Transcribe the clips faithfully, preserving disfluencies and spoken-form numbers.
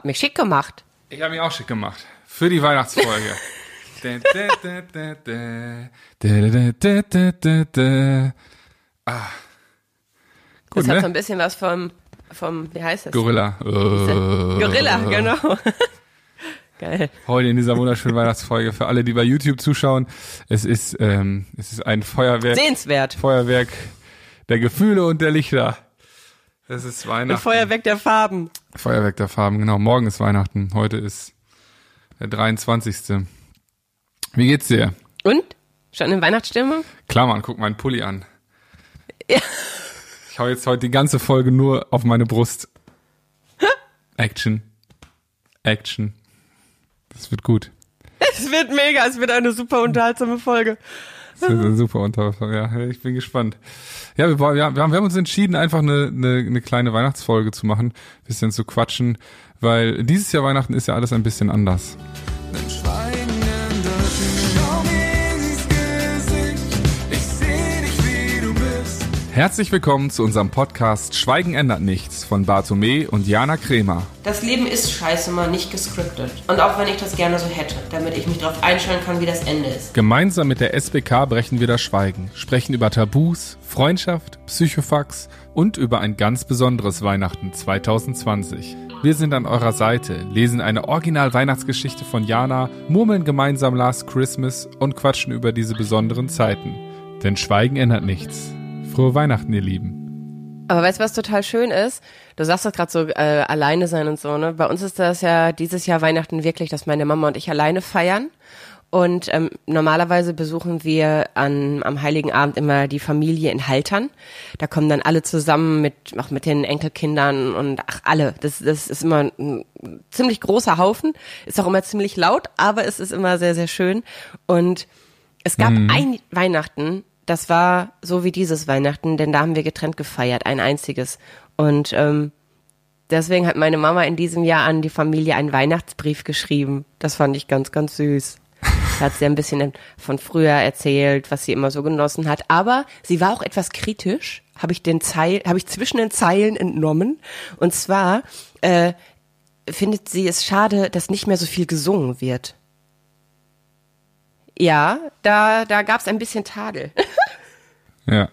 hab mich schick gemacht. Ich habe mich auch schick gemacht. Für die Weihnachtsfolge. ah. Gut, das hat ne? so ein bisschen was vom, vom wie heißt das? Gorilla. Gorilla, genau. Geil. Heute in dieser wunderschönen Weihnachtsfolge für alle, die bei YouTube zuschauen. Es ist, ähm, es ist ein Feuerwerk. Sehenswert. Feuerwerk der Gefühle und der Lichter. Es ist Weihnachten. Ein Feuerwerk der Farben. Feuerwerk der Farben, genau. Morgen ist Weihnachten. Heute ist der dreiundzwanzigste Wie geht's dir? Und? Schon in Weihnachtsstimmung? Klar, Mann, guck meinen Pulli an. Ja. Ich hau jetzt heute die ganze Folge nur auf meine Brust. Action. Action. Das wird gut. Es wird mega, es wird eine super unterhaltsame Folge. Das wird eine super Unterhaltung, ja. Ich bin gespannt. Ja, wir, wir, haben, wir haben uns entschieden, einfach eine, eine, eine kleine Weihnachtsfolge zu machen, ein bisschen zu quatschen, weil dieses Jahr Weihnachten ist ja alles ein bisschen anders. Herzlich willkommen zu unserem Podcast Schweigen ändert nichts von Bartome und Jana Kremer. Das Leben ist scheiße mal nicht gescriptet. Und auch wenn ich das gerne so hätte, damit ich mich darauf einstellen kann, wie das Ende ist. Gemeinsam mit der S B K brechen wir das Schweigen, sprechen über Tabus, Freundschaft, Psychofax und über ein ganz besonderes Weihnachten zwanzig zwanzig. Wir sind an eurer Seite, lesen eine Original-Weihnachtsgeschichte von Jana, murmeln gemeinsam Last Christmas und quatschen über diese besonderen Zeiten. Denn Schweigen ändert nichts. Frohe Weihnachten, ihr Lieben. Aber weißt du, was total schön ist? Du sagst das gerade so, äh, alleine sein und so, ne? Bei uns ist das ja dieses Jahr Weihnachten wirklich, dass meine Mama und ich alleine feiern. Und ähm, normalerweise besuchen wir an, am Heiligen Abend immer die Familie in Haltern. Da kommen dann alle zusammen mit, auch mit den Enkelkindern und ach, alle. Das, das ist immer ein ziemlich großer Haufen. Ist auch immer ziemlich laut, aber es ist immer sehr, sehr schön. Und es gab mhm. ein Weihnachten, das war so wie dieses Weihnachten, denn da haben wir getrennt gefeiert, ein einziges. Und ähm, deswegen hat meine Mama in diesem Jahr an die Familie einen Weihnachtsbrief geschrieben. Das fand ich ganz, ganz süß. Da hat sie ein bisschen von früher erzählt, was sie immer so genossen hat. Aber sie war auch etwas kritisch, habe ich den Zeil, habe ich zwischen den Zeilen entnommen. Und zwar äh, findet sie es schade, dass nicht mehr so viel gesungen wird. Ja, da, da gab's ein bisschen Tadel. Ja.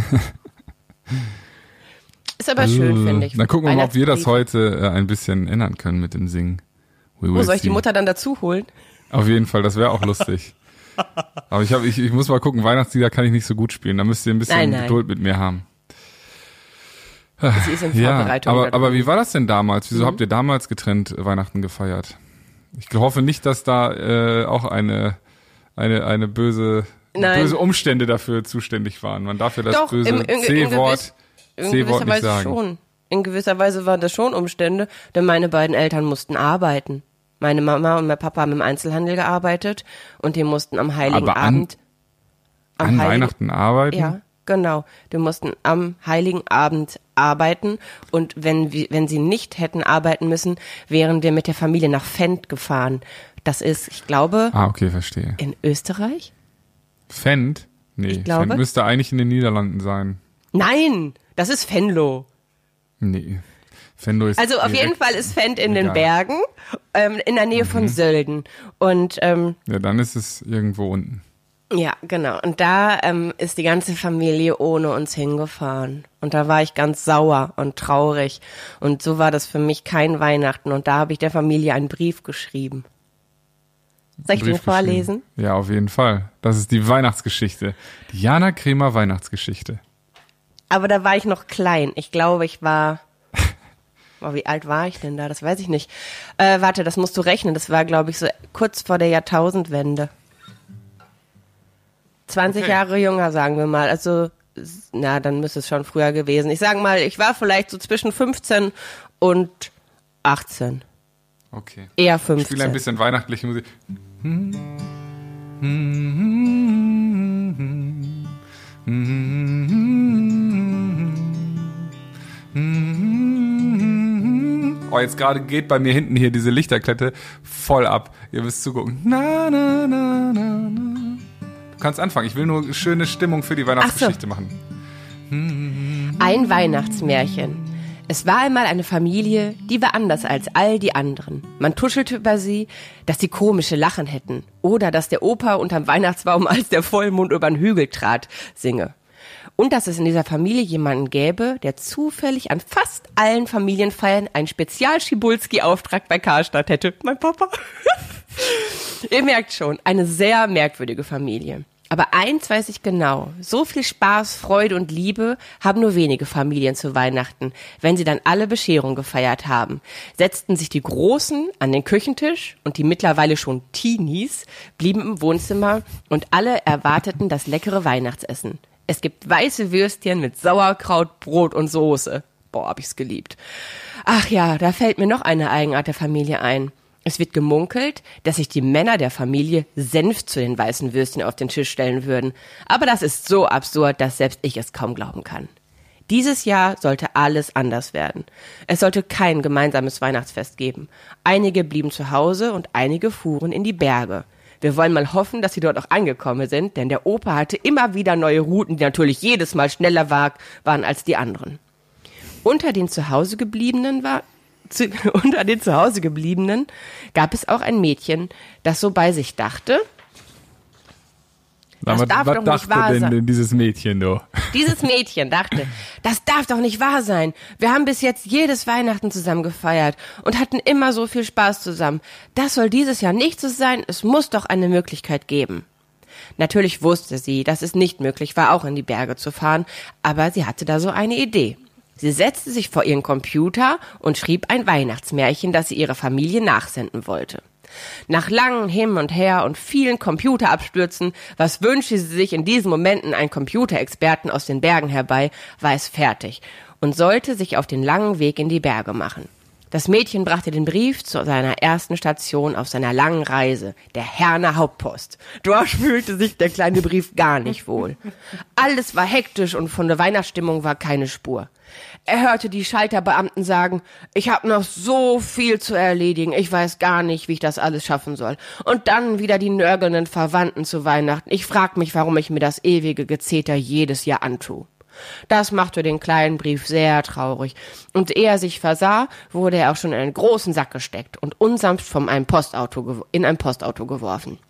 Ist aber schön, finde ich. Dann gucken wir mal, ob wir das heute äh, ein bisschen ändern können mit dem Singen. Wo soll ich die Mutter dann dazu holen? Auf jeden Fall, das wäre auch lustig. Aber ich, hab, ich, ich muss mal gucken, Weihnachtslieder kann ich nicht so gut spielen. Da müsst ihr ein bisschen nein, nein. Geduld mit mir haben. Sie ist in Vorbereitung. Ja, aber, aber wie war das denn damals? Wieso mhm. habt ihr damals getrennt Weihnachten gefeiert? Ich hoffe nicht, dass da äh, auch eine eine eine böse Nein. böse Umstände dafür zuständig waren. Man darf ja das Doch, böse im, in, C-Wort in C-Wort nicht Weise sagen. Schon. In gewisser Weise waren das schon Umstände, denn meine beiden Eltern mussten arbeiten. Meine Mama und mein Papa haben im Einzelhandel gearbeitet und die mussten am Heiligen Aber an, Abend am an Heiligen, Weihnachten arbeiten? Ja, genau. Die mussten am Heiligen Abend arbeiten und wenn wir, wenn sie nicht hätten arbeiten müssen, wären wir mit der Familie nach Fendt gefahren. Das ist, ich glaube, ah, okay, verstehe. In Österreich? Fendt? Nee, ich glaube, Fendt müsste eigentlich in den Niederlanden sein. Nein, das ist Venlo. Nee, Venlo ist Also auf jeden Fall ist Fendt in egal. den Bergen, ähm, in der Nähe mhm. von Sölden. Und ähm, ja, dann ist es irgendwo unten. Ja, genau. Und da ähm, ist die ganze Familie ohne uns hingefahren. Und da war ich ganz sauer und traurig. Und so war das für mich kein Weihnachten. Und da habe ich der Familie einen Brief geschrieben. Soll ich den vorlesen? Ja, auf jeden Fall. Das ist die Weihnachtsgeschichte. Die Jana Kremer Weihnachtsgeschichte. Aber da war ich noch klein. Ich glaube, ich war... Oh, wie alt war ich denn da? Das weiß ich nicht. Äh, warte, das musst du rechnen. Das war, glaube ich, so kurz vor der Jahrtausendwende. zwanzig okay. Jahre jünger, sagen wir mal. Also, na, dann müsste es schon früher gewesen. Ich sage mal, ich war vielleicht so zwischen fünfzehn und achtzehn. Okay. Eher fünfzehn. Ich spiele ein bisschen weihnachtliche Musik. Oh, jetzt gerade geht bei mir hinten hier diese Lichterkette voll ab. Ihr müsst zugucken. Na, na, na, na, na. Du kannst anfangen. Ich will nur eine schöne Stimmung für die Weihnachtsgeschichte so. machen. Ein Weihnachtsmärchen. Es war einmal eine Familie, die war anders als all die anderen. Man tuschelte über sie, dass sie komische Lachen hätten oder dass der Opa unterm Weihnachtsbaum, als der Vollmond über den Hügel trat, singe. Und dass es in dieser Familie jemanden gäbe, der zufällig an fast allen Familienfeiern einen Spezial-Schibulski-Auftrag bei Karstadt hätte. Mein Papa. Ihr merkt schon, eine sehr merkwürdige Familie. Aber eins weiß ich genau, so viel Spaß, Freude und Liebe haben nur wenige Familien zu Weihnachten, wenn sie dann alle Bescherung gefeiert haben. Setzten sich die Großen an den Küchentisch und die mittlerweile schon Teenies blieben im Wohnzimmer und alle erwarteten das leckere Weihnachtsessen. Es gibt weiße Würstchen mit Sauerkraut, Brot und Soße. Boah, hab ich's geliebt. Ach ja, da fällt mir noch eine Eigenart der Familie ein. Es wird gemunkelt, dass sich die Männer der Familie Senf zu den weißen Würstchen auf den Tisch stellen würden. Aber das ist so absurd, dass selbst ich es kaum glauben kann. Dieses Jahr sollte alles anders werden. Es sollte kein gemeinsames Weihnachtsfest geben. Einige blieben zu Hause und einige fuhren in die Berge. Wir wollen mal hoffen, dass sie dort auch angekommen sind, denn der Opa hatte immer wieder neue Routen, die natürlich jedes Mal schneller war, waren als die anderen. Unter den Zuhausegebliebenen war Zu, unter den Zuhausegebliebenen gab es auch ein Mädchen, das so bei sich dachte, das was, darf was doch dachte nicht wahr denn, sein. denn dieses Mädchen, du? Dieses Mädchen dachte, das darf doch nicht wahr sein. Wir haben bis jetzt jedes Weihnachten zusammen gefeiert und hatten immer so viel Spaß zusammen. Das soll dieses Jahr nicht so sein, es muss doch eine Möglichkeit geben. Natürlich wusste sie, dass es nicht möglich war, auch in die Berge zu fahren, aber sie hatte da so eine Idee. Sie setzte sich vor ihren Computer und schrieb ein Weihnachtsmärchen, das sie ihrer Familie nachsenden wollte. Nach langem Hin und Her und vielen Computerabstürzen, was wünschte sie sich in diesen Momenten einen Computerexperten aus den Bergen herbei, war es fertig und sollte sich auf den langen Weg in die Berge machen. Das Mädchen brachte den Brief zu seiner ersten Station auf seiner langen Reise, der Herner Hauptpost. Dort fühlte sich der kleine Brief gar nicht wohl. Alles war hektisch und von der Weihnachtsstimmung war keine Spur. Er hörte die Schalterbeamten sagen, ich habe noch so viel zu erledigen, ich weiß gar nicht, wie ich das alles schaffen soll. Und dann wieder die nörgelnden Verwandten zu Weihnachten. Ich frag mich, warum ich mir das ewige Gezeter jedes Jahr antue. Das machte den kleinen Brief sehr traurig, und ehe er sich versah, wurde er auch schon in einen großen Sack gesteckt und unsanft von einem Postauto in ein Postauto geworfen.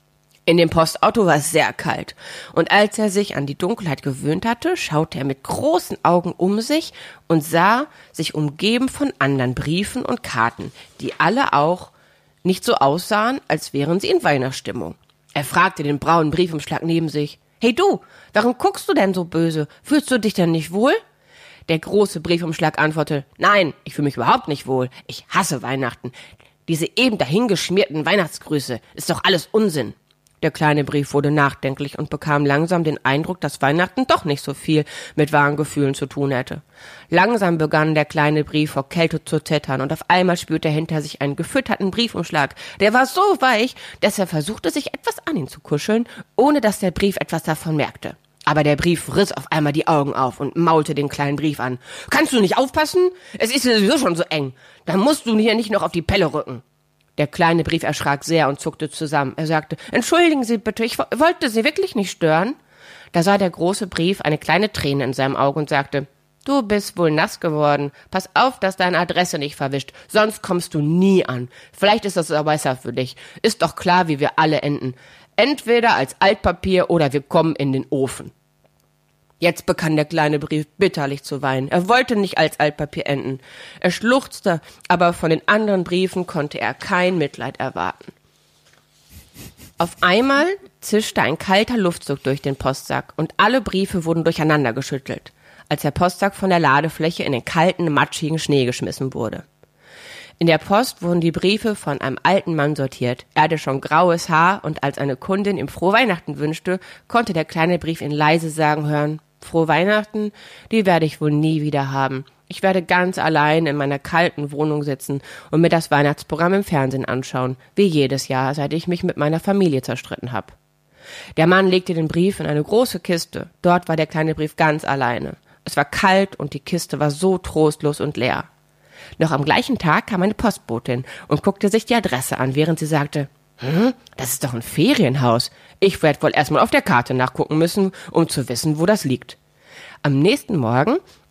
In dem Postauto war es sehr kalt, und als er sich an die Dunkelheit gewöhnt hatte, schaute er mit großen Augen um sich und sah sich umgeben von anderen Briefen und Karten, die alle auch nicht so aussahen, als wären sie in Weihnachtsstimmung. Er fragte den braunen Briefumschlag neben sich, »Hey du, warum guckst du denn so böse? Fühlst du dich denn nicht wohl?« Der große Briefumschlag antwortete, »Nein, ich fühle mich überhaupt nicht wohl. Ich hasse Weihnachten. Diese eben dahingeschmierten Weihnachtsgrüße, ist doch alles Unsinn.« Der kleine Brief wurde nachdenklich und bekam langsam den Eindruck, dass Weihnachten doch nicht so viel mit wahren Gefühlen zu tun hätte. Langsam begann der kleine Brief vor Kälte zu zittern, und auf einmal spürte er hinter sich einen gefütterten Briefumschlag. Der war so weich, dass er versuchte, sich etwas an ihn zu kuscheln, ohne dass der Brief etwas davon merkte. Aber der Brief riss auf einmal die Augen auf und maulte den kleinen Brief an. »Kannst du nicht aufpassen? Es ist ja sowieso schon so eng. Da musst du hier nicht noch auf die Pelle rücken.« Der kleine Brief erschrak sehr und zuckte zusammen. Er sagte, »Entschuldigen Sie bitte, ich wollte Sie wirklich nicht stören.« Da sah der große Brief eine kleine Träne in seinem Auge und sagte, »Du bist wohl nass geworden. Pass auf, dass deine Adresse nicht verwischt, sonst kommst du nie an. Vielleicht ist das aber besser für dich. Ist doch klar, wie wir alle enden. Entweder als Altpapier oder wir kommen in den Ofen.« Jetzt begann der kleine Brief bitterlich zu weinen. Er wollte nicht als Altpapier enden. Er schluchzte, aber von den anderen Briefen konnte er kein Mitleid erwarten. Auf einmal zischte ein kalter Luftzug durch den Postsack und alle Briefe wurden durcheinander geschüttelt, als der Postsack von der Ladefläche in den kalten, matschigen Schnee geschmissen wurde. In der Post wurden die Briefe von einem alten Mann sortiert. Er hatte schon graues Haar, und als eine Kundin ihm frohe Weihnachten wünschte, konnte der kleine Brief ihn leise sagen hören, »Frohe Weihnachten, die werde ich wohl nie wieder haben. Ich werde ganz allein in meiner kalten Wohnung sitzen und mir das Weihnachtsprogramm im Fernsehen anschauen, wie jedes Jahr, seit ich mich mit meiner Familie zerstritten habe.« Der Mann legte den Brief in eine große Kiste. Dort war der kleine Brief ganz alleine. Es war kalt und die Kiste war so trostlos und leer. Noch am gleichen Tag kam eine Postbotin und guckte sich die Adresse an, während sie sagte, »Hm, das ist doch ein Ferienhaus. Ich werde wohl erstmal auf der Karte nachgucken müssen, um zu wissen, wo das liegt.« Am nächsten Morgen,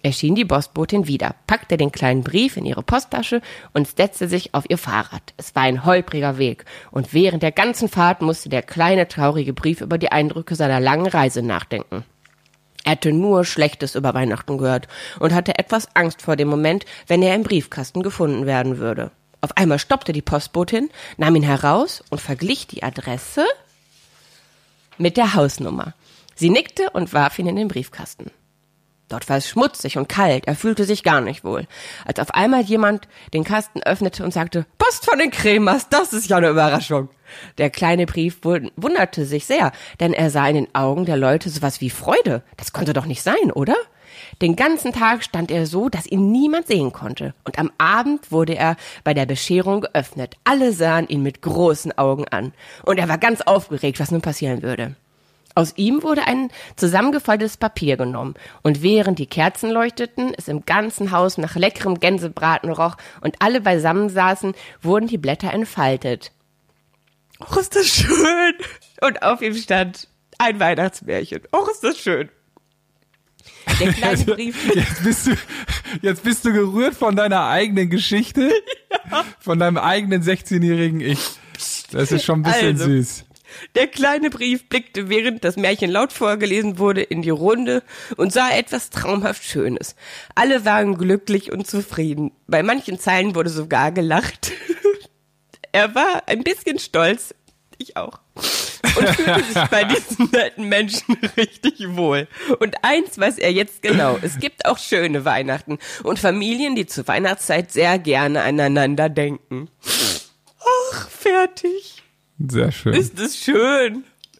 erschien die Postbotin wieder, packte den kleinen Brief in ihre Posttasche und setzte sich auf ihr Fahrrad. Es war ein holpriger Weg und während der ganzen Fahrt musste der kleine, traurige Brief über die Eindrücke seiner langen Reise nachdenken. Er hatte nur Schlechtes über Weihnachten gehört und hatte etwas Angst vor dem Moment, wenn er im Briefkasten gefunden werden würde. Auf einmal stoppte die Postbotin, nahm ihn heraus und verglich die Adresse mit der Hausnummer. Sie nickte und warf ihn in den Briefkasten. Dort war es schmutzig und kalt, er fühlte sich gar nicht wohl. Als auf einmal jemand den Kasten öffnete und sagte, Post von den Cremers, das ist ja eine Überraschung. Der kleine Brief wunderte sich sehr, denn er sah in den Augen der Leute sowas wie Freude. Das konnte doch nicht sein, oder? Den ganzen Tag stand er so, dass ihn niemand sehen konnte. Und am Abend wurde er bei der Bescherung geöffnet. Alle sahen ihn mit großen Augen an. Und er war ganz aufgeregt, was nun passieren würde. Aus ihm wurde ein zusammengefaltetes Papier genommen und während die Kerzen leuchteten, es im ganzen Haus nach leckerem Gänsebraten roch und alle beisammen saßen, wurden die Blätter entfaltet. Och, ist das schön! Und auf ihm stand ein Weihnachtsmärchen. Och, ist das schön! Der kleine Brief. Jetzt bist du, jetzt bist du gerührt von deiner eigenen Geschichte, ja. Von deinem eigenen sechzehnjährigen Ich. Das ist schon ein bisschen also. süß. Der kleine Brief blickte, während das Märchen laut vorgelesen wurde, in die Runde und sah etwas traumhaft Schönes. Alle waren glücklich und zufrieden. Bei manchen Zeilen wurde sogar gelacht. Er war ein bisschen stolz, ich auch, und fühlte sich bei diesen netten Menschen richtig wohl. Und eins weiß er jetzt genau, es gibt auch schöne Weihnachten und Familien, die zur Weihnachtszeit sehr gerne aneinander denken. Ach, fertig. Sehr schön. Ist es schön?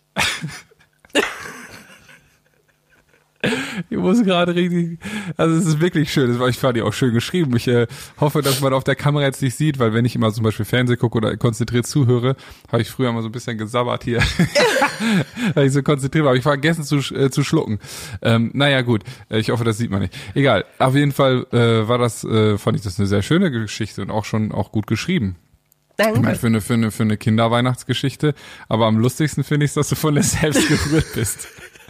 Ich muss gerade richtig, also es ist wirklich schön, ich fand die auch schön geschrieben. Ich äh, hoffe, dass man auf der Kamera jetzt nicht sieht, weil wenn ich immer zum Beispiel Fernsehen gucke oder konzentriert zuhöre, habe ich früher immer so ein bisschen gesabbert hier, weil ich so konzentriert war, aber ich war vergessen zu, äh, zu schlucken. Ähm, naja gut, ich hoffe, das sieht man nicht. Egal, auf jeden Fall äh, war das, äh, fand ich das eine sehr schöne Geschichte und auch schon auch gut geschrieben. Danke. Ich meine, für eine, für eine, für eine Kinderweihnachtsgeschichte, aber am lustigsten finde ich es, dass du von dir selbst gerührt bist.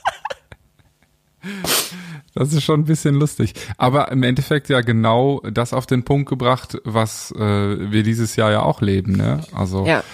Das ist schon ein bisschen lustig. Aber im Endeffekt ja genau das auf den Punkt gebracht, was äh, wir dieses Jahr ja auch leben, ne? Also, ja.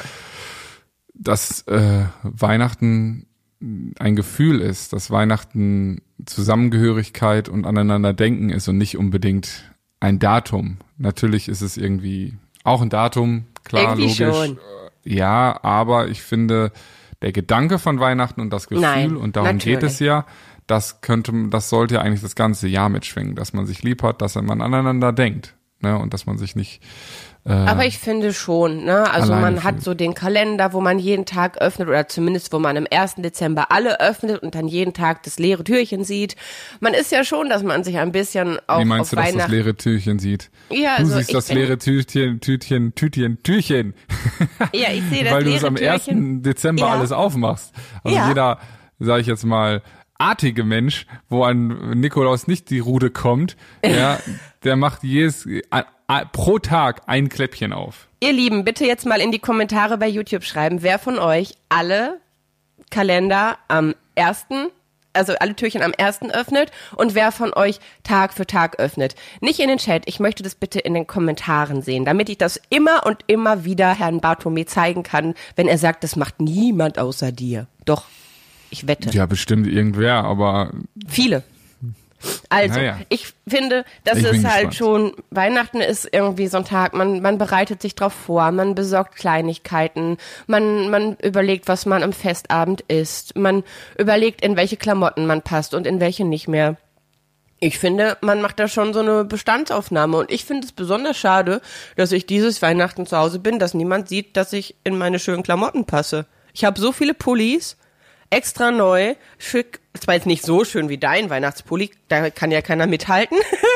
dass äh, Weihnachten ein Gefühl ist, dass Weihnachten Zusammengehörigkeit und aneinander denken ist und nicht unbedingt ein Datum. Natürlich ist es irgendwie auch ein Datum, klar, irgendwie logisch. Schon. Ja, aber ich finde, der Gedanke von Weihnachten und das Gefühl, Nein, und darum natürlich. geht es ja, das könnte, das sollte ja eigentlich das ganze Jahr mitschwingen, dass man sich lieb hat, dass man aneinander denkt, ne, und dass man sich nicht äh, Aber ich finde schon, ne, also man alleine hat fühlt. so den Kalender, wo man jeden Tag öffnet oder zumindest, wo man am ersten Dezember alle öffnet und dann jeden Tag das leere Türchen sieht. Man ist ja schon, dass man sich ein bisschen auch Wie meinst auf du, dass das Weihnachten... leere Türchen sieht? Ja, du also siehst ich das bin- leere Türchen, Türchen, Türchen, Türchen. Ja, ich sehe das Weil du leere es am Türchen. ersten Dezember Ja. alles aufmachst. Also Ja. jeder, sage ich jetzt mal, artige Mensch, wo an Nikolaus nicht die Rude kommt, ja, der macht jedes a, a, pro Tag ein Kläppchen auf. Ihr Lieben, bitte jetzt mal in die Kommentare bei YouTube schreiben, wer von euch alle Kalender am ersten, also alle Türchen am ersten öffnet und wer von euch Tag für Tag öffnet. Nicht in den Chat, ich möchte das bitte in den Kommentaren sehen, damit ich das immer und immer wieder Herrn Bartolomä zeigen kann, wenn er sagt, das macht niemand außer dir. Doch, ich wette. Ja, bestimmt irgendwer, aber Viele. Also, Naja. ich finde, das Ich bin ist halt gespannt. schon, Weihnachten ist irgendwie so ein Tag, man, man bereitet sich drauf vor, man besorgt Kleinigkeiten, man, man überlegt, was man am Festabend isst, man überlegt, in welche Klamotten man passt und in welche nicht mehr. Ich finde, man macht da schon so eine Bestandsaufnahme und ich finde es besonders schade, dass ich dieses Weihnachten zu Hause bin, dass niemand sieht, dass ich in meine schönen Klamotten passe. Ich habe so viele Pullis, extra neu, schick, zwar jetzt nicht so schön wie dein Weihnachtspulli, da kann ja keiner mithalten,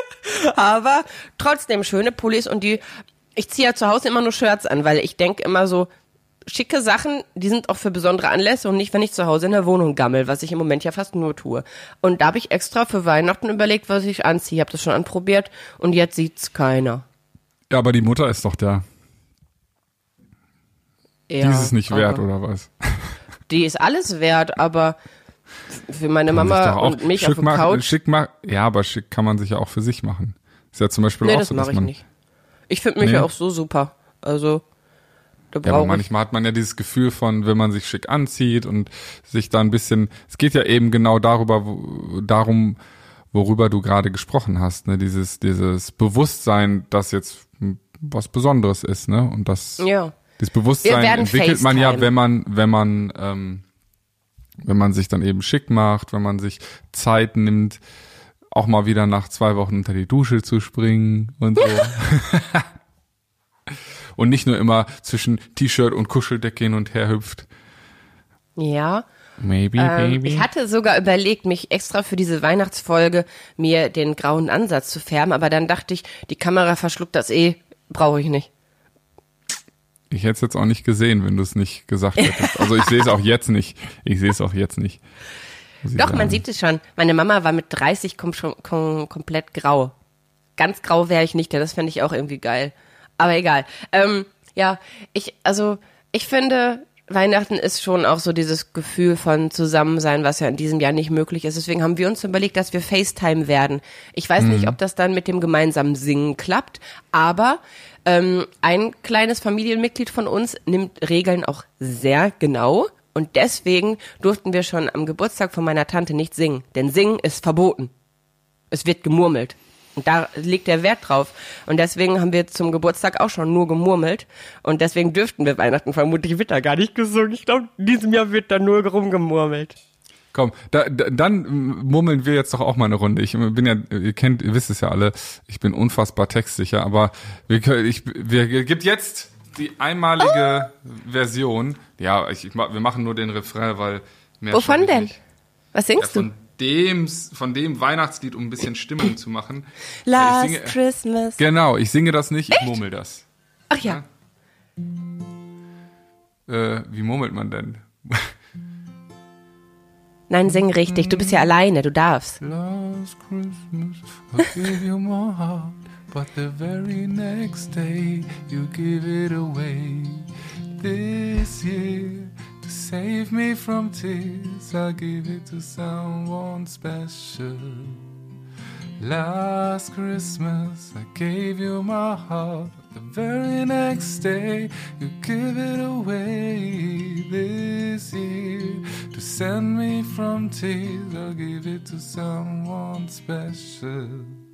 aber trotzdem schöne Pullis und die, ich ziehe ja zu Hause immer nur Shirts an, weil ich denke immer so, schicke Sachen, die sind auch für besondere Anlässe und nicht, wenn ich zu Hause in der Wohnung gammel, was ich im Moment ja fast nur tue. Und da habe ich extra für Weihnachten überlegt, was ich anziehe, habe das schon anprobiert und jetzt sieht's keiner. ja, aber die Mutter ist doch da. Ja, Die ist es nicht wert, aber oder was? Die ist alles wert, aber Für meine Kann man sich Mama doch auch und mich schick auf der machen- Couch. Schick ma- ja, aber schick kann man sich ja auch für sich machen. Ist ja zum Beispiel Nee, auch das so, mache dass ich man. nicht. Ich finde mich Nee? ja auch so super. Also, da Ja, aber brauche ich. manchmal hat man ja dieses Gefühl von, wenn man sich schick anzieht und sich da ein bisschen, es geht ja eben genau darüber, wo, darum, worüber du gerade gesprochen hast, ne, dieses, dieses Bewusstsein, dass jetzt was Besonderes ist, ne, und das, Ja. das Wir Bewusstsein werden entwickelt man ja, FaceTime. wenn man, wenn man, ähm, wenn man sich dann eben schick macht, wenn man sich Zeit nimmt, auch mal wieder nach zwei Wochen unter die Dusche zu springen und so. Und nicht nur immer zwischen T-Shirt und Kuscheldecke hin und her hüpft. Ja. Maybe, Ähm, baby. ich hatte sogar überlegt, mich extra für diese Weihnachtsfolge mir den grauen Ansatz zu färben, aber dann dachte ich, die Kamera verschluckt das eh, brauche ich nicht. Ich hätte es jetzt auch nicht gesehen, wenn du es nicht gesagt hättest. Also ich sehe es auch jetzt nicht. Ich sehe es auch jetzt nicht. muss ich Doch, sagen. man sieht es schon. Meine Mama war mit dreißig kom schon kom komplett grau. Ganz grau wäre ich nicht, das fände ich auch irgendwie geil. Aber egal. Ähm, ja, ich, also, ich finde, Weihnachten ist schon auch so dieses Gefühl von Zusammensein, was ja in diesem Jahr nicht möglich ist. Deswegen haben wir uns überlegt, dass wir FaceTime werden. Ich weiß nicht, ob das dann mit dem gemeinsamen Singen klappt, aber ähm, ein kleines Familienmitglied von uns nimmt Regeln auch sehr genau. Und deswegen durften wir schon am Geburtstag von meiner Tante nicht singen. Denn Singen ist verboten. Es wird gemurmelt. Und da liegt der Wert drauf. Und deswegen haben wir zum Geburtstag auch schon nur gemurmelt. Und deswegen dürften wir Weihnachten vermutlich wird da gar nicht gesungen. Ich glaube, in diesem Jahr wird da nur rumgemurmelt. Komm, da, da, dann murmeln wir jetzt doch auch mal eine Runde. Ich bin ja, ihr kennt, ihr wisst es ja alle, ich bin unfassbar textsicher, aber wir können, ich, wir, gibt jetzt die einmalige oh. Version. Ja, ich, ich, wir machen nur den Refrain, weil mehr Wovon schaffe ich denn? nicht. Was singst Ja, du? von dem, von dem Weihnachtslied, um ein bisschen Stimmung zu machen. Last ich singe, Christmas. Genau, ich singe das nicht, Echt? ich murmel das. Ach ja. Äh, wie murmelt man denn? Nein, sing richtig. Du bist ja alleine, du darfst. Last Christmas I gave you my heart, but the very next day you give it away. This year, to save me from tears, I give it to someone special. Last Christmas I gave you my heart, but the very next day you give it away. This year, to send me from tears, I'll give it to someone special.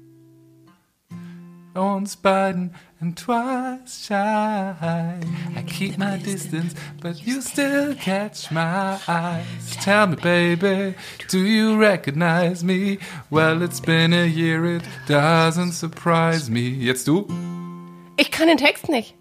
Once bitten and twice shy, I keep my distance, but you still catch my eyes. Tell me, baby, do you recognize me? Well, it's been a year, it doesn't surprise me. Jetzt du? Ich kann den Text nicht.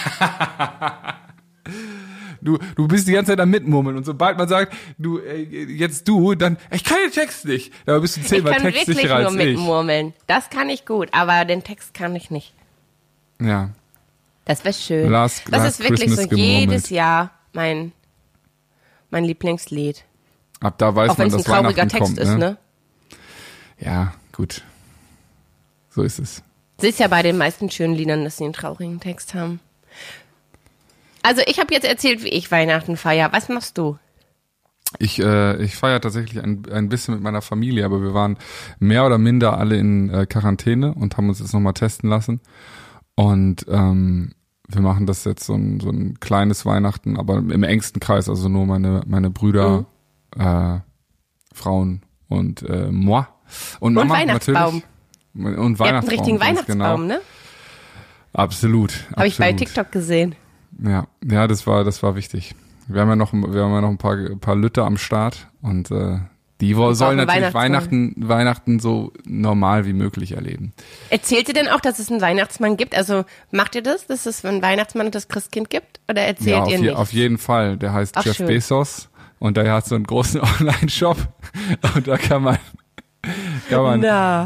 Du, du bist die ganze Zeit am Mitmurmeln und sobald man sagt, du, äh, jetzt du, dann, ich kann den Text nicht. Da bist du Ich zehnmal kann wirklich textsicherer nur als ich. mitmurmeln. Das kann ich gut, aber den Text kann ich nicht. Ja. Das wäre schön. Last- das Last ist wirklich Christmas so gemurmelt. jedes Jahr mein, mein Lieblingslied. Ab da weiß Auch wenn man, es ein dass trauriger Weihnachten Text kommt, ist, ne? ne? Ja, gut. So ist es. Es ist ja bei den meisten schönen Liedern, dass sie einen traurigen Text haben. Also ich habe jetzt erzählt, wie ich Weihnachten feiere. Was machst du? Ich, äh, ich feiere tatsächlich ein, ein bisschen mit meiner Familie, aber wir waren mehr oder minder alle in äh, Quarantäne und haben uns jetzt nochmal testen lassen. Und ähm, wir machen das jetzt so ein, so ein kleines Weihnachten, aber im engsten Kreis, also nur meine, meine Brüder, mhm. äh, Frauen und äh, moi. Und, Und Mama, Weihnachtsbaum. Natürlich. Und Weihnachtsbaum. Ihr habt einen richtigen ganz Weihnachtsbaum, genau. ne? Absolut. Habe ich bei absolut. TikTok gesehen. Ja, ja, das war, das war wichtig. Wir haben ja noch, wir haben ja noch ein paar, ein paar Lütte am Start und äh, die wo- sollen einen natürlich Weihnachtsmann. Weihnachten, Weihnachten so normal wie möglich erleben. Erzählt ihr denn auch, dass es einen Weihnachtsmann gibt? Also macht ihr das, dass es einen Weihnachtsmann und das Christkind gibt? Oder erzählt Ja, auf, ihr je, nicht? auf jeden Fall. Der heißt Ach, Jeff schön. Bezos und der hat so einen großen Online-Shop und da kann man, kann man. Na.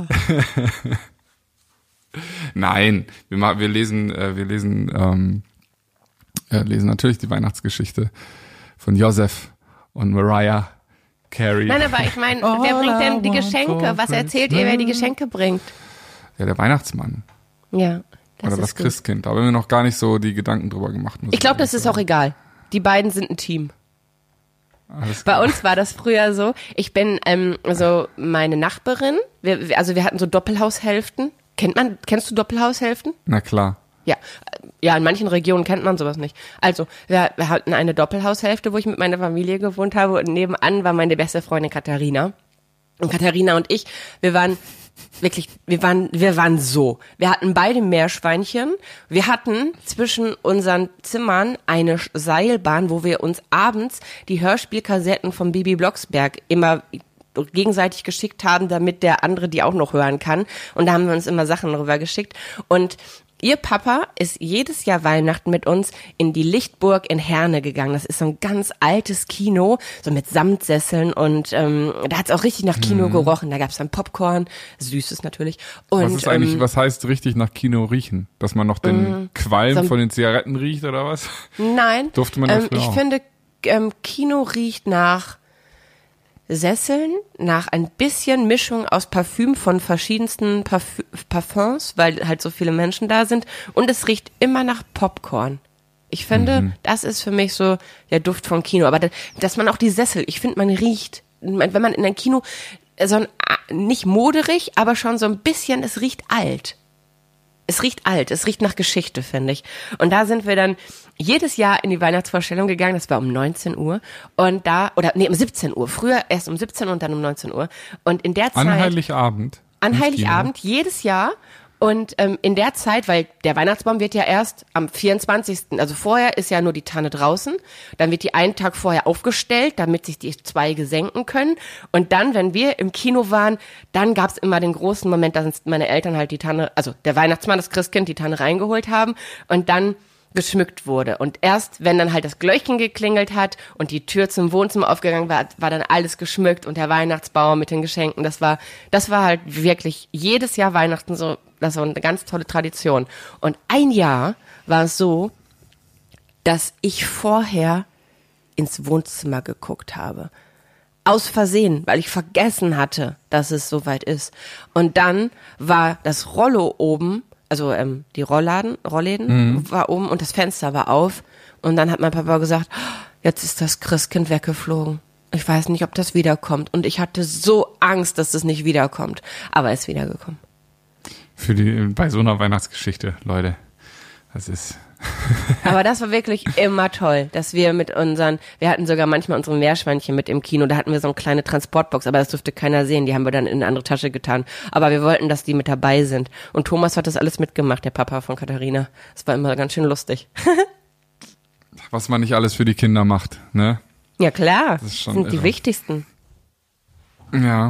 Nein, wir, ma- wir lesen, äh, wir lesen, ähm, äh, lesen natürlich die Weihnachtsgeschichte von Joseph und Mariah Carey. Nein, aber ich meine, wer All bringt denn I die want Geschenke? for Was erzählt ihr, wer die Geschenke bringt? Ja, der Weihnachtsmann. Ja, das Oder ist das gut. Christkind. Da haben wir noch gar nicht so die Gedanken drüber gemacht. muss Ich glaube, das ehrlich ist auch sagen. egal. Die beiden sind ein Team. Alles Bei klar. uns war das früher so, ich bin, ähm, also meine Nachbarin, wir, wir- also wir hatten so Doppelhaushälften. Kennt man, kennst du Doppelhaushälften? Na klar. Ja, ja, in manchen Regionen kennt man sowas nicht. Also, wir, wir hatten eine Doppelhaushälfte, wo ich mit meiner Familie gewohnt habe und nebenan war meine beste Freundin Katharina. Und Katharina und ich, wir waren wirklich, wir waren, wir waren so. Wir hatten beide Meerschweinchen. Wir hatten zwischen unseren Zimmern eine Seilbahn, wo wir uns abends die Hörspielkassetten von Bibi Blocksberg immer gegenseitig geschickt haben, damit der andere die auch noch hören kann. Und da haben wir uns immer Sachen rüber geschickt. Und ihr Papa ist jedes Jahr Weihnachten mit uns in die Lichtburg in Herne gegangen. Das ist so ein ganz altes Kino, so mit Samtsesseln und ähm, da hat es auch richtig nach Kino mhm. gerochen. Da gab es dann Popcorn, Süßes natürlich. Und, was ist eigentlich, ähm, was heißt richtig nach Kino riechen? Dass man noch den mh, Qualm so, von den Zigaretten riecht oder was? Nein, Durfte man ja ähm, früher ich auch. finde, ähm, Kino riecht nach Sesseln, nach ein bisschen Mischung aus Parfüm von verschiedensten Parfü- Parfums, weil halt so viele Menschen da sind. Und es riecht immer nach Popcorn. Ich finde, mhm. das ist für mich so der Duft vom Kino. Aber da, dass man auch die Sessel, ich finde, man riecht, wenn man in ein Kino, so ein, nicht moderig, aber schon so ein bisschen, es riecht alt. Es riecht alt, es riecht nach Geschichte, finde ich. Und da sind wir dann jedes Jahr in die Weihnachtsvorstellung gegangen, das war um neunzehn Uhr. Und da, oder nee, um siebzehn Uhr, früher erst um siebzehn Uhr und dann um neunzehn Uhr. Und in der Zeit... An Heiligabend. An Heiligabend, jedes Jahr. Und ähm, in der Zeit, weil der Weihnachtsbaum wird ja erst am vierundzwanzigsten Also vorher ist ja nur die Tanne draußen, dann wird die einen Tag vorher aufgestellt, damit sich die Zweige senken können. Und dann, wenn wir im Kino waren, dann gab's immer den großen Moment, dass meine Eltern halt die Tanne, also der Weihnachtsmann, das Christkind, die Tanne reingeholt haben und dann geschmückt wurde. Und erst, wenn dann halt das Glöckchen geklingelt hat und die Tür zum Wohnzimmer aufgegangen war, war dann alles geschmückt und der Weihnachtsbaum mit den Geschenken, das war, das war halt wirklich jedes Jahr Weihnachten so, das war eine ganz tolle Tradition. Und ein Jahr war es so, dass ich vorher ins Wohnzimmer geguckt habe. Aus Versehen, weil ich vergessen hatte, dass es soweit ist. Und dann war das Rollo oben, also ähm, die Rollladen, Rollläden mhm. war oben und das Fenster war auf. Und dann hat mein Papa gesagt, jetzt ist das Christkind weggeflogen. Ich weiß nicht, ob das wiederkommt. Und ich hatte so Angst, dass das nicht wiederkommt. Aber es ist wiedergekommen. Für die, bei so einer Weihnachtsgeschichte, Leute. Das ist... Aber das war wirklich immer toll, dass wir mit unseren, wir hatten sogar manchmal unsere Meerschweinchen mit im Kino, da hatten wir so eine kleine Transportbox, aber das durfte keiner sehen, die haben wir dann in eine andere Tasche getan. Aber wir wollten, dass die mit dabei sind. Und Thomas hat das alles mitgemacht, der Papa von Katharina. Das war immer ganz schön lustig. Was man nicht alles für die Kinder macht, ne? Ja klar, das ist schon sind irre. Die wichtigsten. Ja.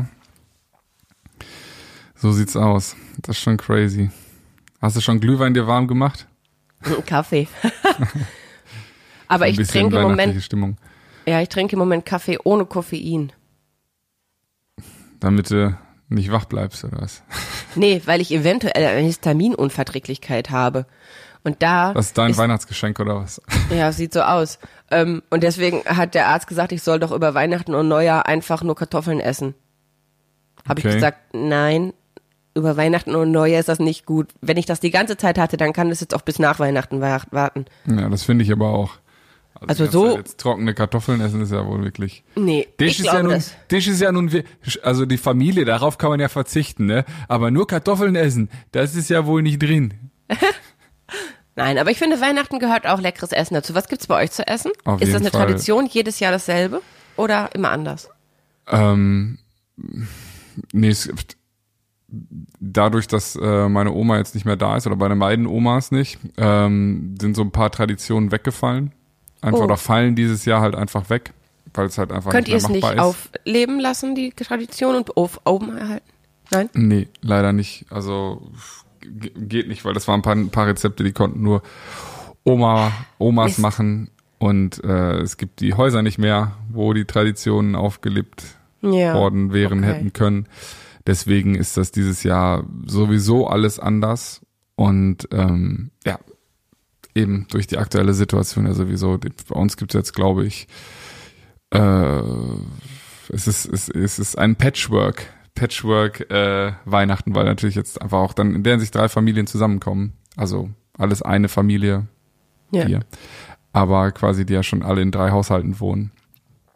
So sieht's aus. Das ist schon crazy. Hast du schon Glühwein dir warm gemacht? Kaffee. Aber ein ich bisschen trinke im Moment, Stimmung. ja, ich trinke im Moment Kaffee ohne Koffein. Damit du nicht wach bleibst, oder was? Nee, weil ich eventuell eine Histaminunverträglichkeit habe. Und da. Das ist dein ist, Weihnachtsgeschenk, oder was? Ja, sieht so aus. Ähm, und deswegen hat der Arzt gesagt, ich soll doch über Weihnachten und Neujahr einfach nur Kartoffeln essen. Habe Okay. ich gesagt, nein. Über Weihnachten und Neujahr ist das nicht gut. Wenn ich das die ganze Zeit hatte, dann kann das jetzt auch bis nach Weihnachten warten. Ja, das finde ich aber auch. Also die ganze so- Zeit jetzt trockene Kartoffeln essen ist ja wohl wirklich. Nee, Dich ich ist ja glaube nun, das. Dich ist ja nun, wir- also die Familie, darauf kann man ja verzichten, ne? Aber nur Kartoffeln essen, das ist ja wohl nicht drin. Nein, aber ich finde, Weihnachten gehört auch leckeres Essen dazu. Was gibt's bei euch zu essen? Auf Ist das jeden eine Fall. Tradition, jedes Jahr dasselbe oder immer anders? Ähm, nee, es, dadurch, dass äh, meine Oma jetzt nicht mehr da ist oder bei den beiden Omas nicht, ähm, sind so ein paar Traditionen weggefallen. Einfach Oh. oder fallen dieses Jahr halt einfach weg, weil es halt einfach Könnt ihr nicht es mehr nicht machbar ist. aufleben lassen, die Tradition, und auf oben erhalten? Nein? Nee, leider nicht. Also g- geht nicht, weil das waren ein paar, ein paar Rezepte, die konnten nur Oma, Omas Mist. machen. Und äh, es gibt die Häuser nicht mehr, wo die Traditionen aufgelebt Ja. worden wären, okay. hätten können. Deswegen ist das dieses Jahr sowieso alles anders. Und ähm, ja, eben durch die aktuelle Situation ja sowieso. Bei uns gibt es jetzt, glaube ich, äh, es ist es, es ist ein Patchwork, Patchwork äh, Weihnachten, weil natürlich jetzt einfach auch dann in der Hinsicht drei Familien zusammenkommen. Also alles eine Familie Ja. hier. Aber quasi die ja schon alle in drei Haushalten wohnen.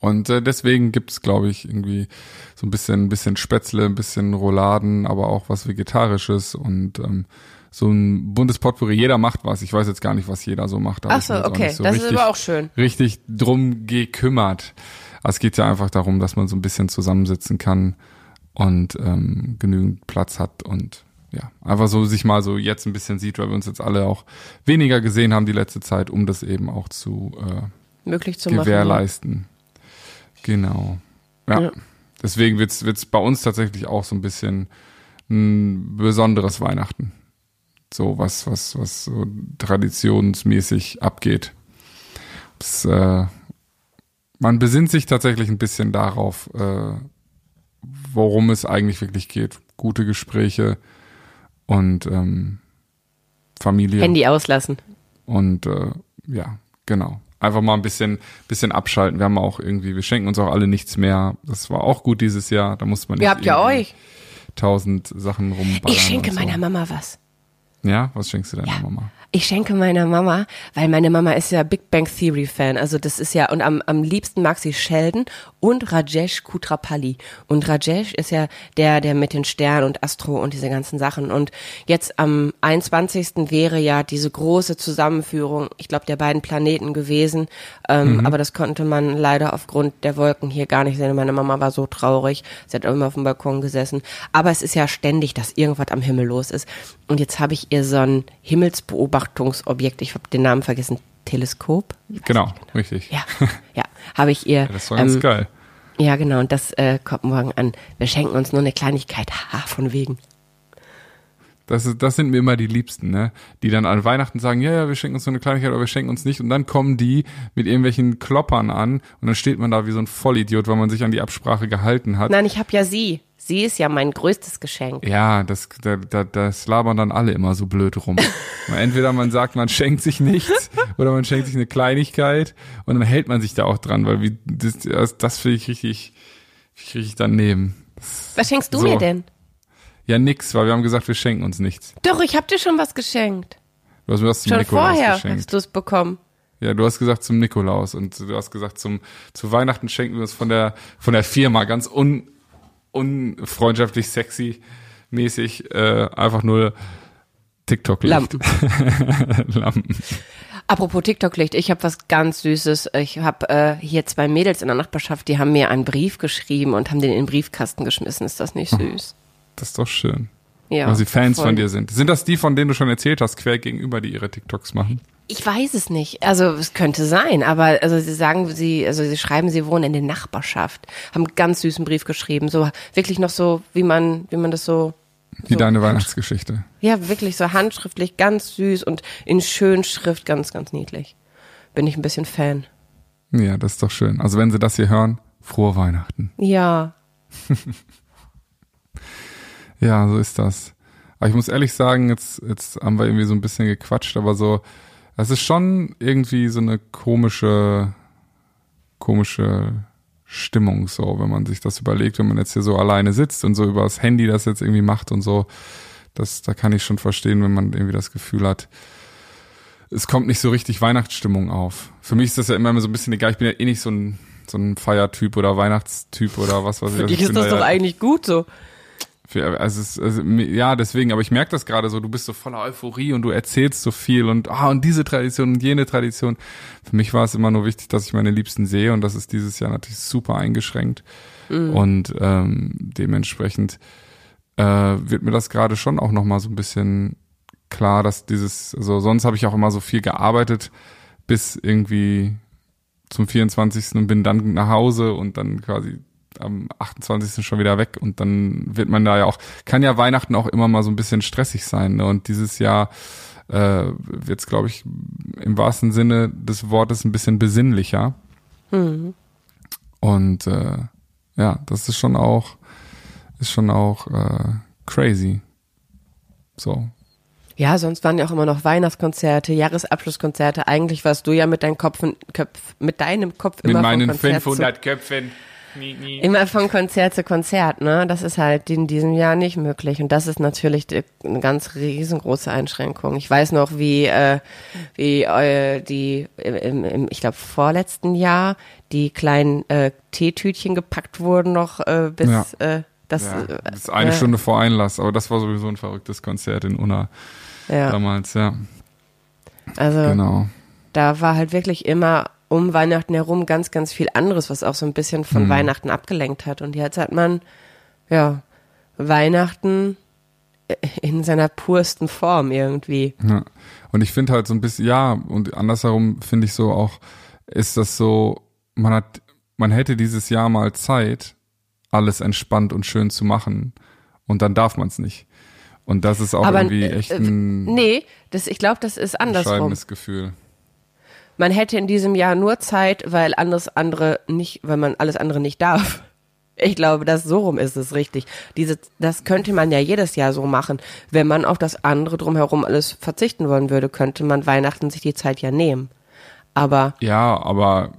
Und äh, deswegen gibt's, glaube ich, irgendwie so ein bisschen, ein bisschen Spätzle, ein bisschen Rouladen, aber auch was Vegetarisches und ähm, so ein buntes Potpourri. Jeder macht was. Ich weiß jetzt gar nicht, was jeder so macht. Da Ach so, okay. So das richtig, ist aber auch schön. Richtig drum gekümmert. Also es geht ja einfach darum, dass man so ein bisschen zusammensitzen kann und ähm, genügend Platz hat und ja, einfach so sich mal so jetzt ein bisschen sieht, weil wir uns jetzt alle auch weniger gesehen haben die letzte Zeit, um das eben auch zu äh, möglich zu gewährleisten. machen. Genau. Ja. ja. Deswegen wird's wird's bei uns tatsächlich auch so ein bisschen ein besonderes Weihnachten. So was, was, was so traditionsmäßig abgeht. Das, äh, man besinnt sich tatsächlich ein bisschen darauf, äh, worum es eigentlich wirklich geht. Gute Gespräche und ähm, Familie. Handy auslassen. Und äh, ja, genau. Einfach mal ein bisschen bisschen abschalten. Wir haben auch irgendwie, wir schenken uns auch alle nichts mehr. Das war auch gut dieses Jahr. Da muss man nicht Ihr habt ja euch tausend Sachen rumballern. Ich schenke so. meiner Mama was. Ja, was schenkst du deiner ja. Mama? Ich schenke meiner Mama, weil meine Mama ist ja Big Bang Theory Fan, also das ist ja, und am, am liebsten mag sie Sheldon und Rajesh Kutrapalli. Und Rajesh ist ja der, der mit den Sternen und Astro und diese ganzen Sachen. Und jetzt am einundzwanzigsten wäre ja diese große Zusammenführung, ich glaube, der beiden Planeten gewesen. Ähm, mhm. Aber das konnte man leider aufgrund der Wolken hier gar nicht sehen. Meine Mama war so traurig. Sie hat immer auf dem Balkon gesessen. Aber es ist ja ständig, dass irgendwas am Himmel los ist. Und jetzt habe ich ihr so ein Himmelsbeobachtungsobjekt, ich habe den Namen vergessen, Teleskop? Genau, genau, richtig. Ja, ja, habe ich ihr. Ja, das war ganz ähm, geil. Ja, genau, und das äh, kommt morgen an. Wir schenken uns nur eine Kleinigkeit, haha, von wegen. Das, ist, das sind mir immer die Liebsten, ne? Die dann an Weihnachten sagen, ja, ja, wir schenken uns so eine Kleinigkeit, aber wir schenken uns nicht. Und dann kommen die mit irgendwelchen Kloppern an und dann steht man da wie so ein Vollidiot, weil man sich an die Absprache gehalten hat. Nein, ich habe ja sie. Sie ist ja mein größtes Geschenk. Ja, das, da, da, das labern dann alle immer so blöd rum. Entweder man sagt, man schenkt sich nichts oder man schenkt sich eine Kleinigkeit und dann hält man sich da auch dran, weil wie, das, das, das finde ich richtig, richtig daneben. Das, was schenkst du so. mir denn? Ja, nix, weil wir haben gesagt, wir schenken uns nichts. Doch, ich hab dir schon was geschenkt. Du hast mir was zum schon Nikolaus vorher geschenkt. hast du es bekommen. Ja, du hast gesagt zum Nikolaus und du hast gesagt, zum zu Weihnachten schenken wir uns von der von der Firma ganz un unfreundschaftlich sexy mäßig äh, einfach nur TikTok-Licht. Lampen. Lampen. Apropos TikTok-Licht, ich habe was ganz Süßes. Ich habe äh, hier zwei Mädels in der Nachbarschaft, die haben mir einen Brief geschrieben und haben den in den Briefkasten geschmissen. Ist das nicht süß? Das ist doch schön. Ja, weil sie Fans voll. von dir sind. Sind das die, von denen du schon erzählt hast, quer gegenüber, die ihre TikToks machen? Ich weiß es nicht. Also es könnte sein, aber also sie sagen, sie, also sie schreiben, sie wohnen in der Nachbarschaft, haben einen ganz süßen Brief geschrieben, so wirklich noch so, wie man, wie man das so. Wie so deine Weihnachtsgeschichte. Ja, wirklich so handschriftlich, ganz süß und in Schönschrift, ganz, ganz niedlich. Bin ich ein bisschen Fan. Ja, das ist doch schön. Also wenn sie das hier hören, frohe Weihnachten. Ja. Ja, so ist das. Aber ich muss ehrlich sagen, jetzt, jetzt haben wir irgendwie so ein bisschen gequatscht, aber so, es ist schon irgendwie so eine komische, komische Stimmung so, wenn man sich das überlegt, wenn man jetzt hier so alleine sitzt und so über das Handy das jetzt irgendwie macht und so. Das, da kann ich schon verstehen, wenn man irgendwie das Gefühl hat, es kommt nicht so richtig Weihnachtsstimmung auf. Für mich ist das ja immer so ein bisschen egal, ich bin ja eh nicht so ein, so ein Feiertyp oder Weihnachtstyp oder was weiß ich. Für dich ich ist das doch ja, eigentlich gut so. Für, also es, also, ja, deswegen, aber ich merke das gerade so, du bist so voller Euphorie und du erzählst so viel und ah, und diese Tradition und jene Tradition. Für mich war es immer nur wichtig, dass ich meine Liebsten sehe und das ist dieses Jahr natürlich super eingeschränkt. Mhm. Und ähm, dementsprechend äh, wird mir das gerade schon auch nochmal so ein bisschen klar, dass dieses, also sonst habe ich auch immer so viel gearbeitet bis irgendwie zum vierundzwanzigsten und bin dann nach Hause und dann quasi am achtundzwanzigsten schon wieder weg und dann wird man da ja auch, kann ja Weihnachten auch immer mal so ein bisschen stressig sein, ne? Und dieses Jahr äh, wird es, glaube ich, im wahrsten Sinne des Wortes ein bisschen besinnlicher. Mhm. Und äh, ja, das ist schon auch ist schon auch äh, crazy. So. Ja, sonst waren ja auch immer noch Weihnachtskonzerte, Jahresabschlusskonzerte. Eigentlich warst du ja mit deinem Kopf, Köpf, mit deinem Kopf immer mit meinen von Konzert fünfhundert Köpfen. immer von Konzert zu Konzert, ne? Das ist halt in diesem Jahr nicht möglich. Und das ist natürlich die, eine ganz riesengroße Einschränkung. Ich weiß noch, wie, äh, wie äh, die, im, im, ich glaube, vorletzten Jahr die kleinen äh, Teetütchen gepackt wurden noch äh, bis ja. äh, das. Ja, äh, das ist eine äh, Stunde vor Einlass, aber das war sowieso ein verrücktes Konzert in Unna ja. damals, ja. Also genau. Da war halt wirklich immer um Weihnachten herum ganz, ganz viel anderes, was auch so ein bisschen von hm. Weihnachten abgelenkt hat. Und jetzt hat man, ja, Weihnachten in seiner pursten Form irgendwie. Ja. Und ich finde halt so ein bisschen, ja, und andersherum finde ich so auch, ist das so, man hat, man hätte dieses Jahr mal Zeit, alles entspannt und schön zu machen. Und dann darf man es nicht. Und das ist auch Aber, irgendwie echt ein äh, nee, das, ich glaube, das ist andersrum. Entscheidendes Gefühl. Man hätte in diesem Jahr nur Zeit, weil alles andere nicht, weil man alles andere nicht darf. Ich glaube, das so rum ist es richtig. Diese, das könnte man ja jedes Jahr so machen. Wenn man auf das andere drumherum alles verzichten wollen würde, könnte man Weihnachten sich die Zeit ja nehmen. Aber ja, aber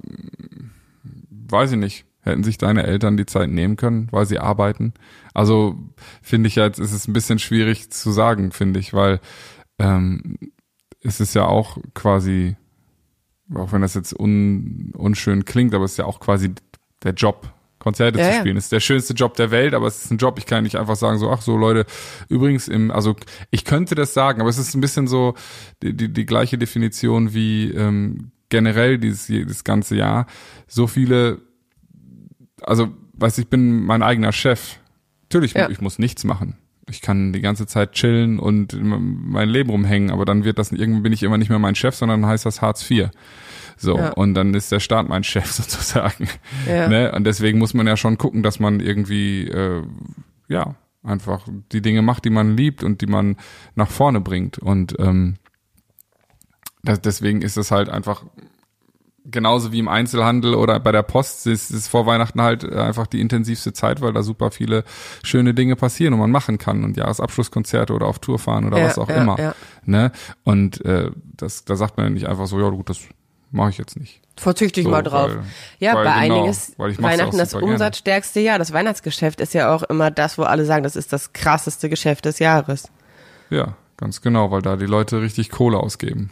weiß ich nicht. Hätten sich deine Eltern die Zeit nehmen können, weil sie arbeiten? Also finde ich jetzt, ist es ein bisschen schwierig zu sagen, finde ich, weil ähm, es ist ja auch quasi, auch wenn das jetzt un, unschön klingt, aber es ist ja auch quasi der Job, Konzerte ja, zu spielen. Es ist der schönste Job der Welt, aber es ist ein Job, ich kann nicht einfach sagen so, ach so Leute, übrigens im, also ich könnte das sagen, aber es ist ein bisschen so die, die, die gleiche Definition wie ähm, generell dieses, dieses ganze Jahr. So viele, also weiß ich bin mein eigener Chef. Natürlich, ja. ich muss nichts machen. Ich kann die ganze Zeit chillen und mein Leben rumhängen, aber dann wird das, irgendwann bin ich immer nicht mehr mein Chef, sondern dann heißt das Hartz vier. So, ja. Und dann ist der Staat mein Chef sozusagen. Ja. Ne? Und deswegen muss man ja schon gucken, dass man irgendwie, äh, ja, einfach die Dinge macht, die man liebt und die man nach vorne bringt. Und ähm, das, deswegen ist es halt einfach genauso wie im Einzelhandel oder bei der Post ist es vor Weihnachten halt einfach die intensivste Zeit, weil da super viele schöne Dinge passieren und man machen kann und Jahresabschlusskonzerte oder auf Tour fahren oder ja, was auch ja, immer. Ja. Ne? Und äh, das, da sagt man ja nicht einfach so, ja gut, das mache ich jetzt nicht. Verzichte ich so, mal drauf. Weil, ja, weil bei genau, einigen ist Weihnachten das umsatzstärkste Jahr. Das Weihnachtsgeschäft ist ja auch immer das, wo alle sagen, das ist das krasseste Geschäft des Jahres. Ja, ganz genau, weil da die Leute richtig Kohle ausgeben.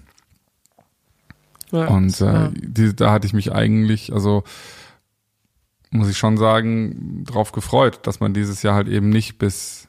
Ja, und äh, ja. die, da hatte ich mich eigentlich, also muss ich schon sagen, drauf gefreut, dass man dieses Jahr halt eben nicht bis,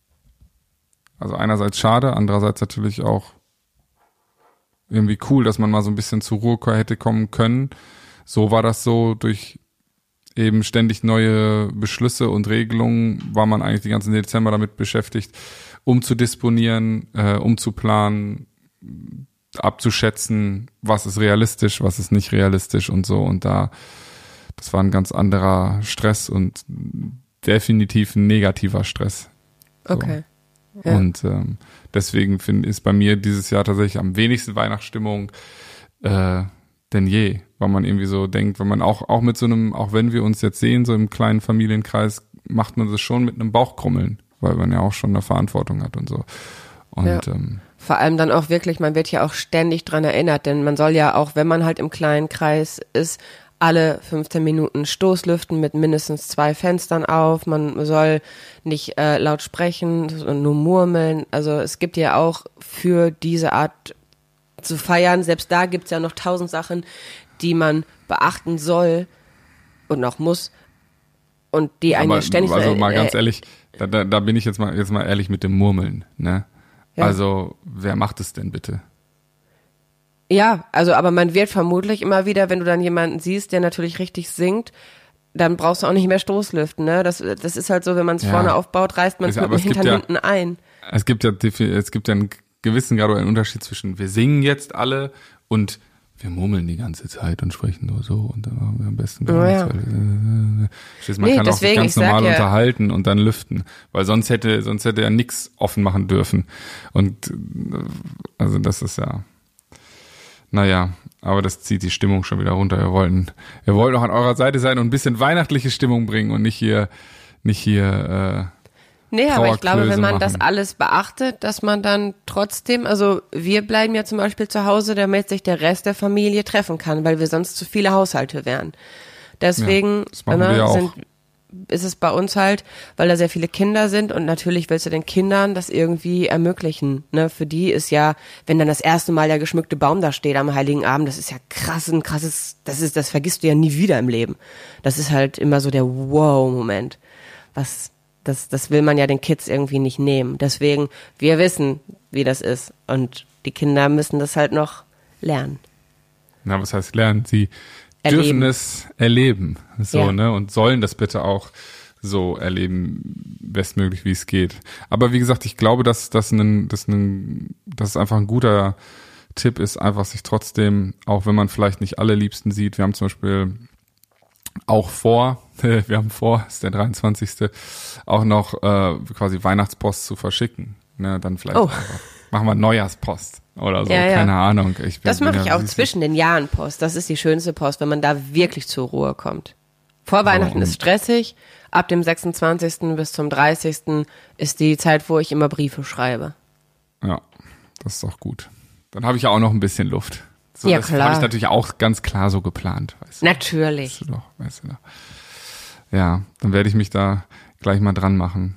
also einerseits schade, andererseits natürlich auch irgendwie cool, dass man mal so ein bisschen zur Ruhe hätte kommen können. So war das so, durch eben ständig neue Beschlüsse und Regelungen war man eigentlich den ganzen Dezember damit beschäftigt, umzudisponieren, äh, umzuplanen, abzuschätzen, was ist realistisch, was ist nicht realistisch und so. Und da, das war ein ganz anderer Stress und definitiv ein negativer Stress. So. Okay. Ja. Und ähm, deswegen find, ist bei mir dieses Jahr tatsächlich am wenigsten Weihnachtsstimmung äh, denn je, weil man irgendwie so denkt, wenn man auch auch mit so einem, auch wenn wir uns jetzt sehen, so im kleinen Familienkreis, macht man das schon mit einem Bauchkrummeln, weil man ja auch schon eine Verantwortung hat und so. Und ja. ähm, vor allem dann auch wirklich, man wird ja auch ständig dran erinnert, denn man soll ja auch, wenn man halt im kleinen Kreis ist, alle fünfzehn Minuten Stoßlüften mit mindestens zwei Fenstern auf. Man soll nicht äh, laut sprechen, nur murmeln. Also es gibt ja auch für diese Art zu feiern, selbst da gibt's ja noch tausend Sachen, die man beachten soll und auch muss und die einen aber, ständig... Also mal äh, ganz ehrlich, da, da, da bin ich jetzt mal jetzt mal ehrlich mit dem Murmeln, ne? Ja. Also wer macht es denn bitte? Ja, also aber man wird vermutlich immer wieder, wenn du dann jemanden siehst, der natürlich richtig singt, dann brauchst du auch nicht mehr Stoßlüften, ne? Das, das ist halt so, wenn man es ja. vorne aufbaut, reißt man es mit dem Hintern ja, hinten ein. Es gibt ja es gibt ja einen gewissen Grad einen Unterschied zwischen wir singen jetzt alle und wir murmeln die ganze Zeit und sprechen nur so und dann machen wir am besten gar oh, nichts. Ja. Man nee, kann deswegen, auch sich ganz normal ja, unterhalten und dann lüften, weil sonst hätte sonst hätte er nichts offen machen dürfen. Und also das ist ja, naja, aber das zieht die Stimmung schon wieder runter. Wir wollten, wir wollten auch an eurer Seite sein und ein bisschen weihnachtliche Stimmung bringen und nicht hier, nicht hier. Äh, Nee, aber ich glaube, wenn man machen. das alles beachtet, dass man dann trotzdem, also wir bleiben ja zum Beispiel zu Hause, damit sich der Rest der Familie treffen kann, weil wir sonst zu viele Haushalte wären. Deswegen ja, das machen wir ja auch. sind, ist es bei uns halt, weil da sehr viele Kinder sind und natürlich willst du den Kindern das irgendwie ermöglichen. Ne? Für die ist ja, wenn dann das erste Mal der geschmückte Baum da steht am Heiligen Abend, das ist ja krass, ein krasses, das ist, das vergisst du ja nie wieder im Leben. Das ist halt immer so der Wow-Moment. Was, das, das will man ja den Kids irgendwie nicht nehmen. Deswegen, wir wissen, wie das ist und die Kinder müssen das halt noch lernen. Na, was heißt lernen? Sie Erleben. dürfen es erleben, so, Ja. ne, und sollen das bitte auch so erleben, bestmöglich, wie es geht. Aber wie gesagt, ich glaube, dass das ein, dass ein, dass es einfach ein guter Tipp ist, einfach sich trotzdem, auch wenn man vielleicht nicht alle Liebsten sieht, wir haben zum Beispiel auch vor, wir haben vor, ist der dreiundzwanzigste auch noch äh, quasi Weihnachtspost zu verschicken, ne, dann vielleicht Oh. einfach, machen wir Neujahrspost oder so, Ja, ja. keine Ahnung. Ich bin, Das mache bin ich ja auch süß. zwischen den Jahren Post. Das ist die schönste Post, wenn man da wirklich zur Ruhe kommt. Vor Weihnachten und- ist stressig. Ab dem sechsundzwanzigsten bis zum dreißigsten ist die Zeit, wo ich immer Briefe schreibe. Ja, das ist auch gut. Dann habe ich ja auch noch ein bisschen Luft. So, Ja, das klar. habe ich natürlich auch ganz klar so geplant. Weißt du, Natürlich. weißt du doch, weißt du doch. Ja, dann werde ich mich da gleich mal dran machen.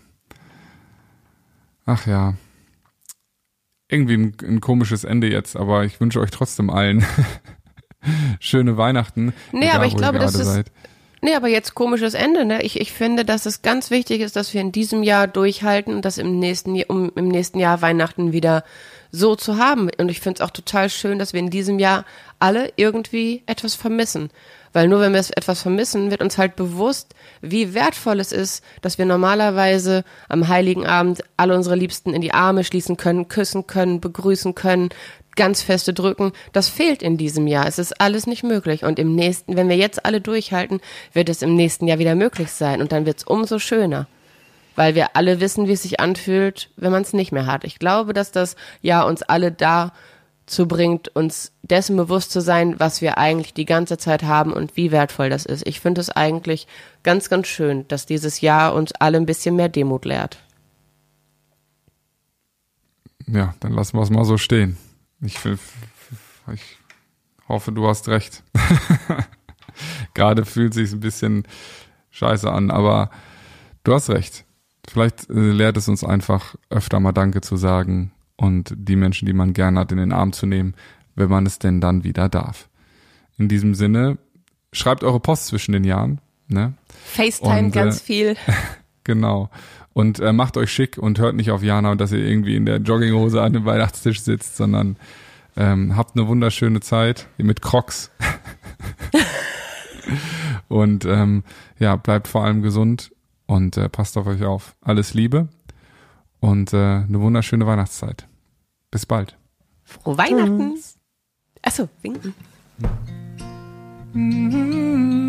Ach ja. Irgendwie ein, ein komisches Ende jetzt, aber ich wünsche euch trotzdem allen schöne Weihnachten. Nee, egal, aber ich wo ihr glaube, das gerade ist- seid. Nee, aber jetzt komisches Ende, ne? Ich, ich finde, dass es ganz wichtig ist, dass wir in diesem Jahr durchhalten und das im nächsten, Jahr- um im nächsten Jahr Weihnachten wieder so zu haben. Und ich finde es auch total schön, dass wir in diesem Jahr alle irgendwie etwas vermissen. Weil nur wenn wir es etwas vermissen, wird uns halt bewusst, wie wertvoll es ist, dass wir normalerweise am Heiligen Abend alle unsere Liebsten in die Arme schließen können, küssen können, begrüßen können, ganz feste drücken. Das fehlt in diesem Jahr. Es ist alles nicht möglich. Und im nächsten, wenn wir jetzt alle durchhalten, wird es im nächsten Jahr wieder möglich sein. Und dann wird es umso schöner. Weil wir alle wissen, wie es sich anfühlt, wenn man es nicht mehr hat. Ich glaube, dass das Jahr uns alle dazu bringt, uns dessen bewusst zu sein, was wir eigentlich die ganze Zeit haben und wie wertvoll das ist. Ich finde es eigentlich ganz, ganz schön, dass dieses Jahr uns alle ein bisschen mehr Demut lehrt. Ja, dann lassen wir es mal so stehen. Ich, will- ich hoffe, du hast recht. Gerade fühlt sich ein bisschen scheiße an, aber du hast recht. Vielleicht äh, lehrt es uns einfach, öfter mal Danke zu sagen und die Menschen, die man gern hat, in den Arm zu nehmen, wenn man es denn dann wieder darf. In diesem Sinne, schreibt eure Post zwischen den Jahren, ne? FaceTime Und, ganz äh, viel. Genau. Und äh, macht euch schick und hört nicht auf Jana und dass ihr irgendwie in der Jogginghose an dem Weihnachtstisch sitzt, sondern ähm, habt eine wunderschöne Zeit mit Crocs. Und ähm, ja, bleibt vor allem gesund und äh, passt auf euch auf. Alles Liebe und äh, eine wunderschöne Weihnachtszeit. Bis bald. Frohe Weihnachten. Achso, winken. Mm-hmm.